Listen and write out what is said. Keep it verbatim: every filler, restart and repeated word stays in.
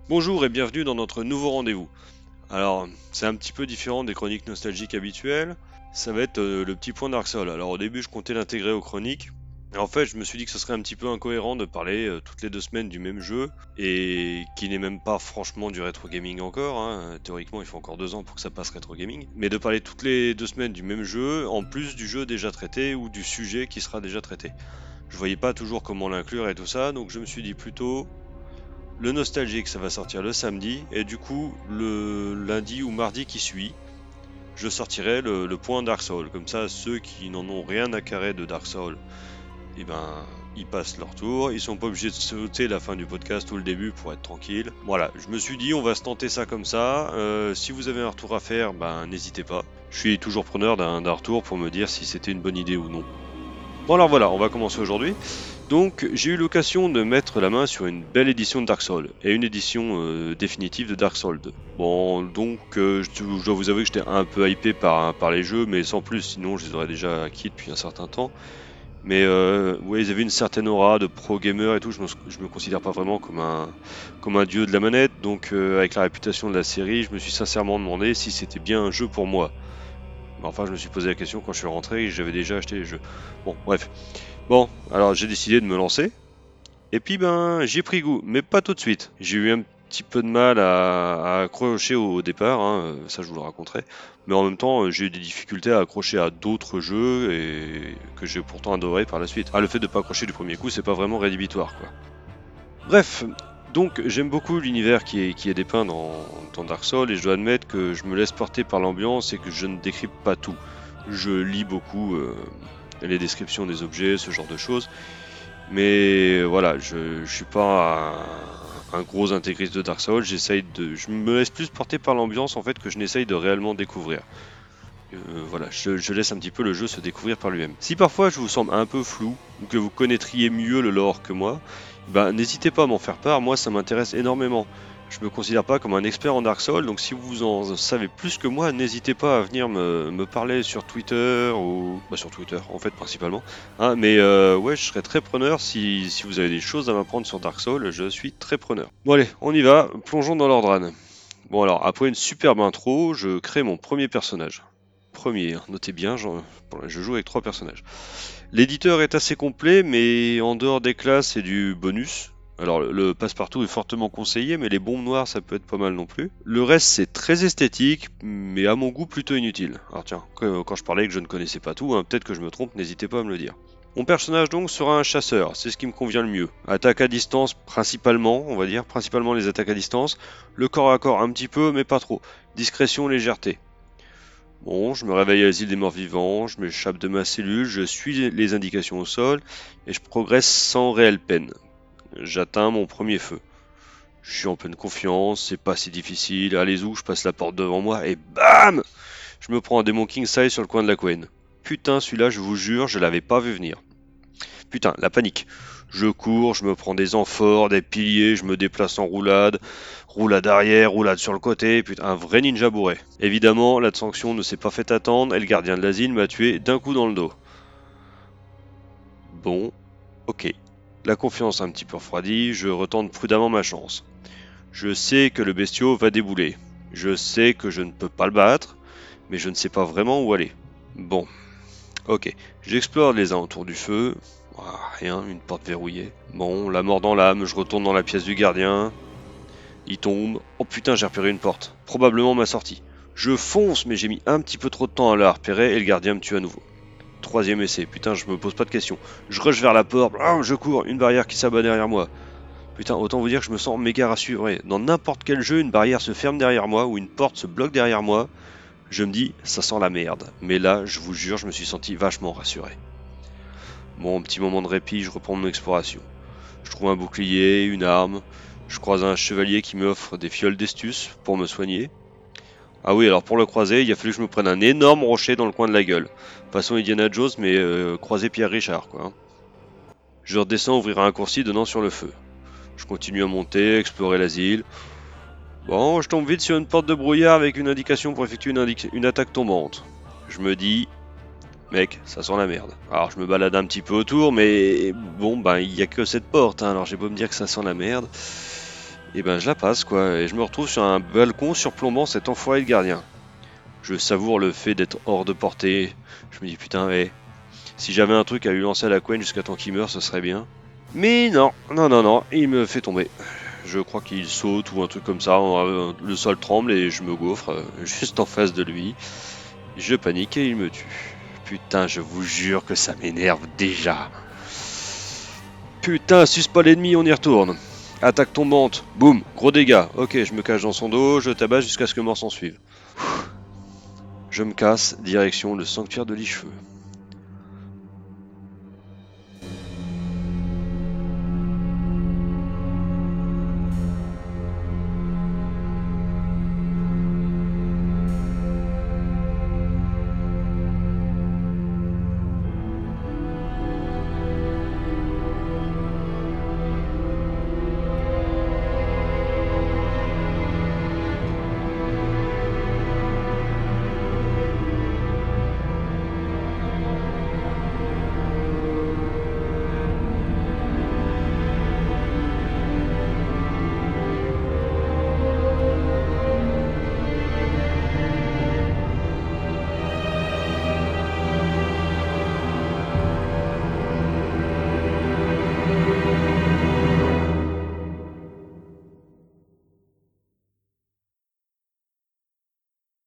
Bonjour et bienvenue dans notre nouveau rendez-vous. Alors, c'est un petit peu différent des chroniques nostalgiques habituelles. Ça va être euh, le petit point Dark Souls. Alors, au début, je comptais l'intégrer aux chroniques. Et en fait, je me suis dit que ce serait un petit peu incohérent de parler euh, toutes les deux semaines du même jeu et qui n'est même pas franchement du rétro gaming encore, hein. Théoriquement, il faut encore deux ans pour que ça passe rétro gaming. Mais de parler toutes les deux semaines du même jeu, en plus du jeu déjà traité ou du sujet qui sera déjà traité. Je voyais pas toujours comment l'inclure et tout ça, donc je me suis dit plutôt le nostalgique, ça va sortir le samedi, et du coup, le lundi ou mardi qui suit, je sortirai le, le point Dark Souls. Comme ça, ceux qui n'en ont rien à carrer de Dark Souls, eh ben, ils passent leur tour. Ils sont pas obligés de sauter la fin du podcast ou le début pour être tranquille. Voilà, je me suis dit, on va se tenter ça comme ça. Euh, si vous avez un retour à faire, ben, n'hésitez pas. Je suis toujours preneur d'un d'un retour pour me dire si c'était une bonne idée ou non. Bon alors voilà, on va commencer aujourd'hui. Donc j'ai eu l'occasion de mettre la main sur une belle édition de Dark Souls et une édition euh, définitive de Dark Souls deux. Bon donc euh, je, je dois vous avouer que j'étais un peu hypé par, par les jeux mais sans plus, sinon je les aurais déjà acquis depuis un certain temps. Mais euh, ouais, ils avaient une certaine aura de pro gamer et tout, je me, je me considère pas vraiment comme un, comme un dieu de la manette, donc euh, avec la réputation de la série, je me suis sincèrement demandé si c'était bien un jeu pour moi. Mais enfin je me suis posé la question quand je suis rentré et j'avais déjà acheté les jeux. Bon bref. Bon, alors j'ai décidé de me lancer. Et puis ben j'ai pris goût, mais pas tout de suite. J'ai eu un petit peu de mal à, à accrocher au, au départ, hein, ça je vous le raconterai. Mais en même temps, j'ai eu des difficultés à accrocher à d'autres jeux et que j'ai pourtant adoré par la suite. Ah, le fait de pas accrocher du premier coup, c'est pas vraiment rédhibitoire, quoi. Bref, donc j'aime beaucoup l'univers qui est, qui est dépeint dans, dans Dark Souls et je dois admettre que je me laisse porter par l'ambiance et que je ne décrypte pas tout. Je lis beaucoup euh, les descriptions des objets, ce genre de choses. Mais voilà, je, je suis pas un, un gros intégriste de Dark Souls. J'essaye de, je me laisse plus porter par l'ambiance en fait que je n'essaye de réellement découvrir. Euh, voilà, je, je laisse un petit peu le jeu se découvrir par lui-même. Si parfois je vous semble un peu flou ou que vous connaîtriez mieux le lore que moi, bah n'hésitez pas à m'en faire part. Moi, ça m'intéresse énormément. Je me considère pas comme un expert en Dark Souls, donc si vous en savez plus que moi, n'hésitez pas à venir me, me parler sur Twitter ou bah, sur Twitter en fait principalement. Hein, mais euh, ouais, je serais très preneur si, si vous avez des choses à m'apprendre sur Dark Souls, je suis très preneur. Bon allez, on y va, plongeons dans l'Ordran. Bon alors, après une superbe intro, je crée mon premier personnage. Premier, hein, notez bien, je, je joue avec trois personnages. L'éditeur est assez complet, mais en dehors des classes et du bonus, alors le, le passe-partout est fortement conseillé, mais les bombes noires ça peut être pas mal non plus. Le reste c'est très esthétique, mais à mon goût plutôt inutile. Alors tiens, quand, quand je parlais que je ne connaissais pas tout, hein, peut-être que je me trompe, n'hésitez pas à me le dire. Mon personnage donc sera un chasseur, c'est ce qui me convient le mieux. Attaque à distance principalement, on va dire, principalement les attaques à distance. Le corps à corps un petit peu, mais pas trop. Discrétion, légèreté. Bon, je me réveille à l'asile des morts vivants, je m'échappe de ma cellule, je suis les indications au sol et je progresse sans réelle peine. J'atteins mon premier feu. Je suis en pleine confiance, c'est pas si difficile, allez où, je passe la porte devant moi et bam! Je me prends un démon king size sur le coin de la couenne. Putain, celui-là, je vous jure, je l'avais pas vu venir. Putain, la panique. Je cours, je me prends des amphores, des piliers, je me déplace en roulade, roulade arrière, roulade sur le côté, putain, un vrai ninja bourré. Évidemment, la sanction ne s'est pas fait attendre et le gardien de l'asile m'a tué d'un coup dans le dos. Bon, ok. La confiance a un petit peu refroidi, je retente prudemment ma chance. Je sais que le bestiau va débouler. Je sais que je ne peux pas le battre, mais je ne sais pas vraiment où aller. Bon, ok. J'explore les alentours du feu. Ah, rien, une porte verrouillée. Bon, la mort dans l'âme, je retourne dans la pièce du gardien. Il tombe. Oh putain, j'ai repéré une porte. Probablement ma sortie. Je fonce, mais j'ai mis un petit peu trop de temps à la repérer et le gardien me tue à nouveau. Troisième essai, putain, je me pose pas de questions. Je rush vers la porte, ah, je cours, une barrière qui s'abat derrière moi. Putain, autant vous dire que je me sens méga rassuré. Dans n'importe quel jeu, une barrière se ferme derrière moi ou une porte se bloque derrière moi. Je me dis, ça sent la merde. Mais là, je vous jure, je me suis senti vachement rassuré. Bon, petit moment de répit, je reprends mon exploration. Je trouve un bouclier, une arme. Je croise un chevalier qui m'offre des fioles d'estus pour me soigner. Ah oui, alors pour le croiser, il a fallu que je me prenne un énorme rocher dans le coin de la gueule. Façon Indiana Jones, mais euh, croiser Pierre Richard, quoi. Je redescends ouvrir un raccourci donnant sur le feu. Je continue à monter, explorer l'asile. Bon, je tombe vite sur une porte de brouillard avec une indication pour effectuer une, indic- une attaque tombante. Je me dis, mec, ça sent la merde. Alors je me balade un petit peu autour, mais bon, ben il y a que cette porte, hein, alors j'ai beau me dire que ça sent la merde. Et ben je la passe quoi, et je me retrouve sur un balcon surplombant cet enfoiré de gardien. Je savoure le fait d'être hors de portée. Je me dis putain, hé, si j'avais un truc à lui lancer à la couenne jusqu'à temps qu'il meure, ce serait bien. Mais non, non, non, non, il me fait tomber. Je crois qu'il saute ou un truc comme ça, le sol tremble et je me gaufre euh, juste en face de lui. Je panique et il me tue. Putain, je vous jure que ça m'énerve déjà. Putain, suce pas l'ennemi, on y retourne. Attaque tombante, boum, gros dégâts. Ok, je me cache dans son dos, je tabasse jusqu'à ce que mort s'en suive. Je me casse, direction le sanctuaire de l'Ichefeu.